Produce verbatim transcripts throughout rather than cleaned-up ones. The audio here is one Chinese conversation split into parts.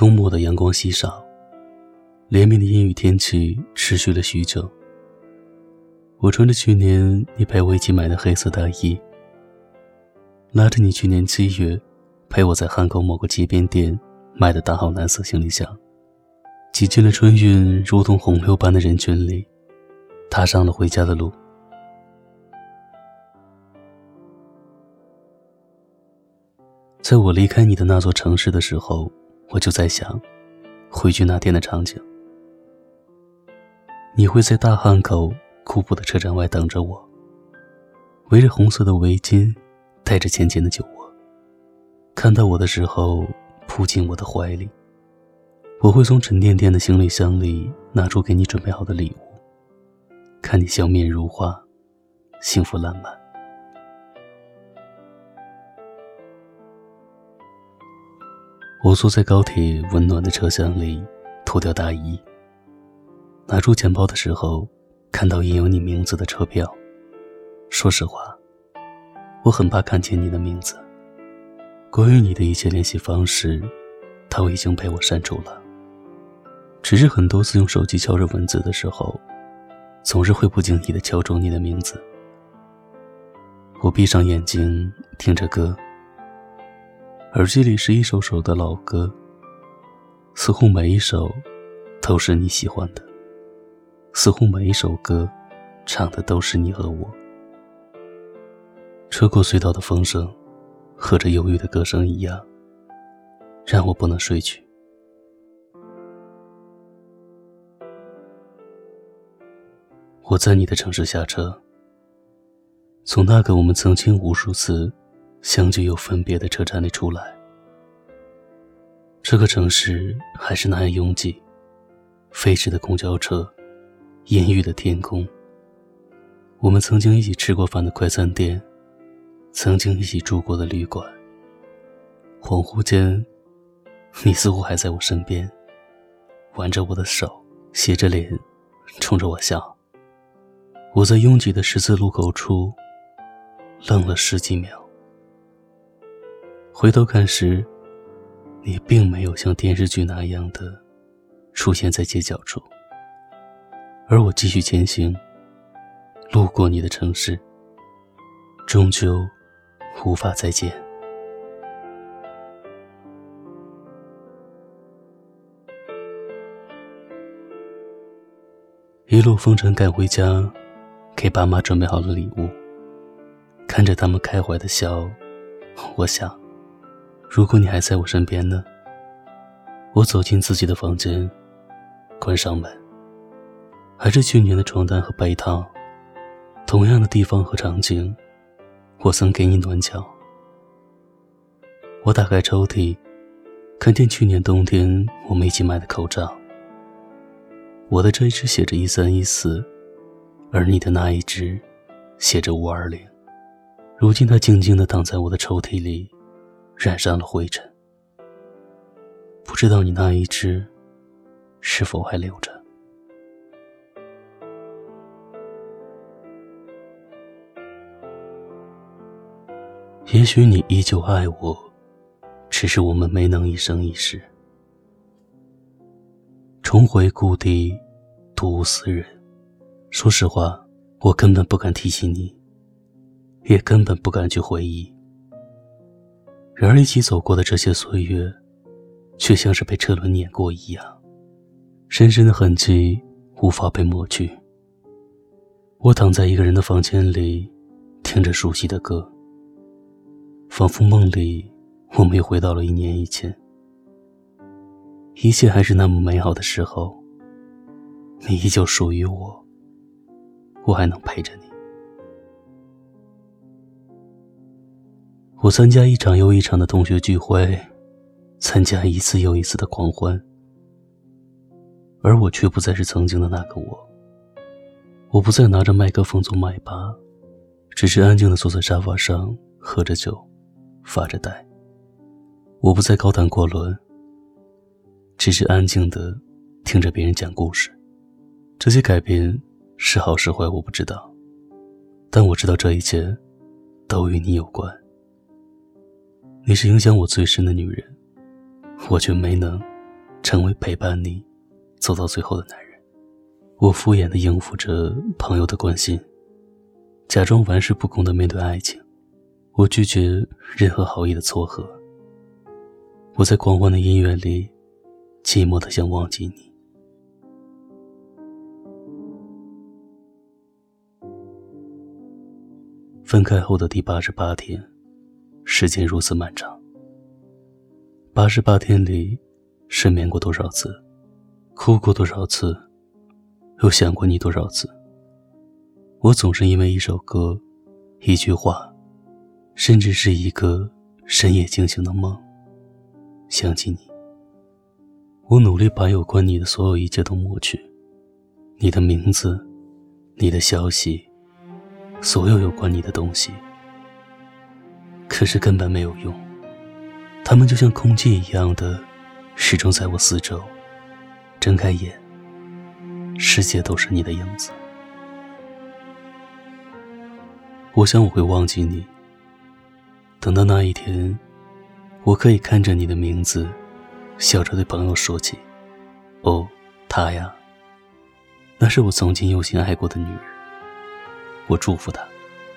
周末的阳光稀少，连绵的阴雨天气持续了许久。我穿着去年你陪我一起买的黑色大衣，拉着你去年七月陪我在汉口某个街边店买的大号蓝色行李箱，挤进了春运如同洪流般的人群里，踏上了回家的路。在我离开你的那座城市的时候，我就在想回去那天的场景。你会在大汉口古朴的车站外等着我，围着红色的围巾，带着浅浅的酒窝，看到我的时候扑进我的怀里。我会从沉甸甸的行李箱里拿出给你准备好的礼物，看你笑面如花，幸福烂漫。我坐在高铁温暖的车厢里，脱掉大衣，拿出钱包的时候，看到印有你名字的车票。说实话，我很怕看见你的名字。关于你的一切联系方式，都已经被我删除了。只是很多次用手机敲着文字的时候，总是会不经意地敲中你的名字。我闭上眼睛，听着歌，耳机里是一首首的老歌，似乎每一首都是你喜欢的，似乎每一首歌唱的都是你和我。车过隧道的风声和这忧郁的歌声一样，让我不能睡去。我在你的城市下车，从那个我们曾经无数次相聚又分别的车站里出来。这个城市还是那样拥挤，飞驰的公交车，阴郁的天空，我们曾经一起吃过饭的快餐店，曾经一起住过的旅馆。恍惚间，你似乎还在我身边，挽着我的手，斜着脸冲着我笑。我在拥挤的十字路口处愣了十几秒，回头看时，你并没有像电视剧那样的出现在街角处，而我继续前行，路过你的城市，终究无法再见。一路风尘赶回家，给爸妈准备好了礼物，看着他们开怀的笑，我想，如果你还在我身边呢？我走进自己的房间，关上门，还是去年的床单和被套，同样的地方和场景，我曾给你暖脚。我打开抽屉，看见去年冬天我们一起买的口罩。我的这一只写着一三一四，而你的那一只写着五二零。如今它静静地躺在我的抽屉里，染上了灰尘。不知道你那一只是否还留着。也许你依旧爱我，只是我们没能一生一世。重回故地，独无斯人。说实话，我根本不敢提起你，也根本不敢去回忆。然而一起走过的这些岁月，却像是被车轮碾过一样，深深的痕迹无法被抹去。我躺在一个人的房间里，听着熟悉的歌，仿佛梦里我们又回到了一年以前。一切还是那么美好的时候，你依旧属于我，我还能陪着你。我参加一场又一场的同学聚会，参加一次又一次的狂欢，而我却不再是曾经的那个我。我不再拿着麦克风做麦霸，只是安静地坐在沙发上，喝着酒，发着呆。我不再高谈阔论，只是安静地听着别人讲故事。这些改变是好是坏我不知道，但我知道这一切都与你有关。你是影响我最深的女人，我却没能成为陪伴你走到最后的男人。我敷衍地应付着朋友的关心，假装玩世不恭地面对爱情。我拒绝任何好意的撮合。我在狂欢的音乐里寂寞地想忘记你。分开后的第八十八天，时间如此漫长。八十八天里，失眠过多少次，哭过多少次，又想过你多少次。我总是因为一首歌，一句话，甚至是一个深夜惊醒的梦，想起你。我努力把有关你的所有一切都抹去，你的名字，你的消息，所有有关你的东西。可是根本没有用，它们就像空气一样的始终在我四周。睁开眼，世界都是你的影子。我想我会忘记你，等到那一天，我可以看着你的名字，笑着对朋友说起，哦，她呀，那是我曾经用心爱过的女人。我祝福她。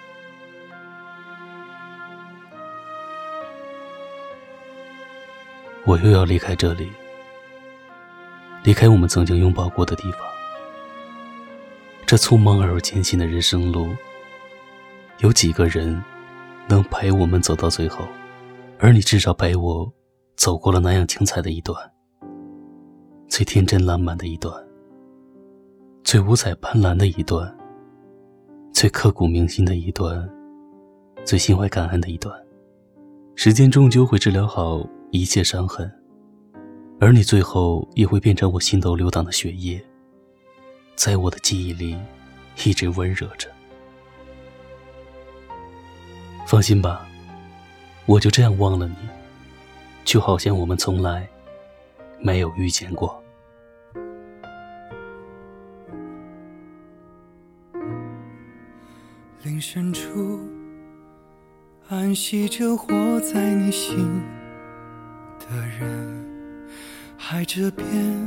我又要离开这里，离开我们曾经拥抱过的地方。这匆忙而又艰辛的人生路，有几个人能陪我们走到最后？而你至少陪我走过了那样精彩的一段，最天真烂漫的一段，最五彩斑斓的一段，最刻骨铭心的一段，最心怀感恩的一段。时间终究会治疗好一切伤痕，而你最后也会变成我心头流淌的血液，在我的记忆里一直温热着。放心吧，我就这样忘了你，就好像我们从来没有遇见过。 林深处安息着活在你心的人，海这边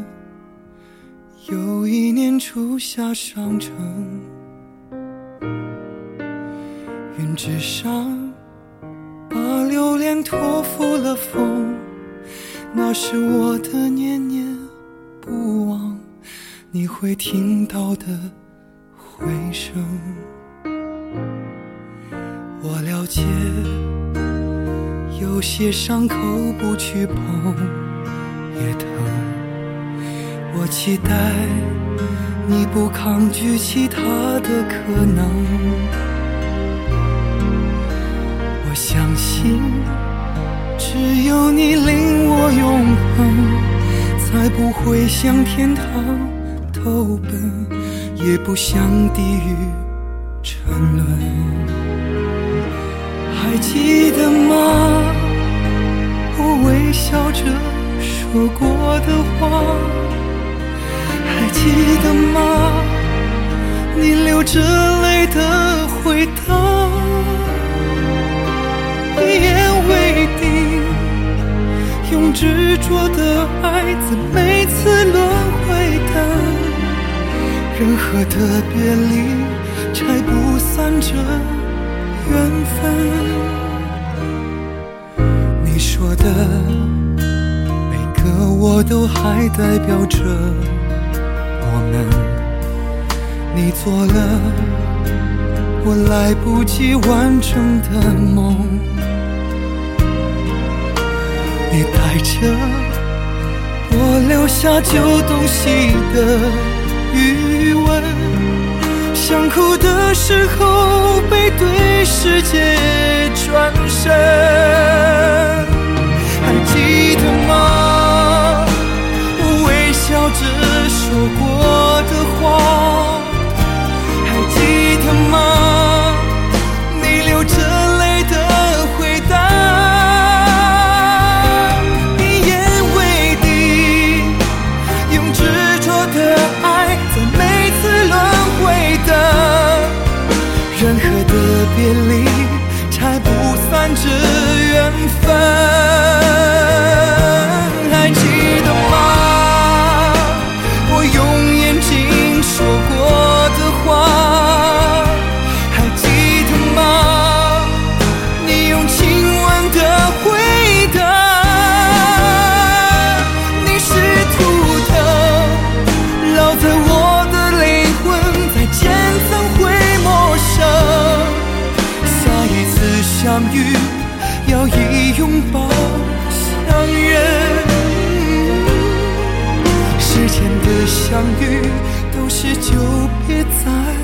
有一年初夏上城，云之上把留恋托付了风，那是我的念念不忘，你会听到的回声。我了解有些伤口不去碰也疼，我期待你不抗拒其他的可能。我相信只有你令我永恒，才不会向天堂投奔，也不向地狱沉沦。还记得吗？我微笑着说过的话，还记得吗？你流着泪的回答，一言为定，用执着的爱在每次轮回的任何的别离，拆不散这缘分。你说的每个我都还代表着我们，你做了我来不及完整的梦，你带着我留下旧东西的余温，想哭的时候背对世界转身。还记得吗？我微笑着说过的话，还记得吗？你流着泪的回答，一言为定，用执着的爱在每次轮回的任何的别离，拆不散这缘分。还记得吗？ 间的相遇，都是久别再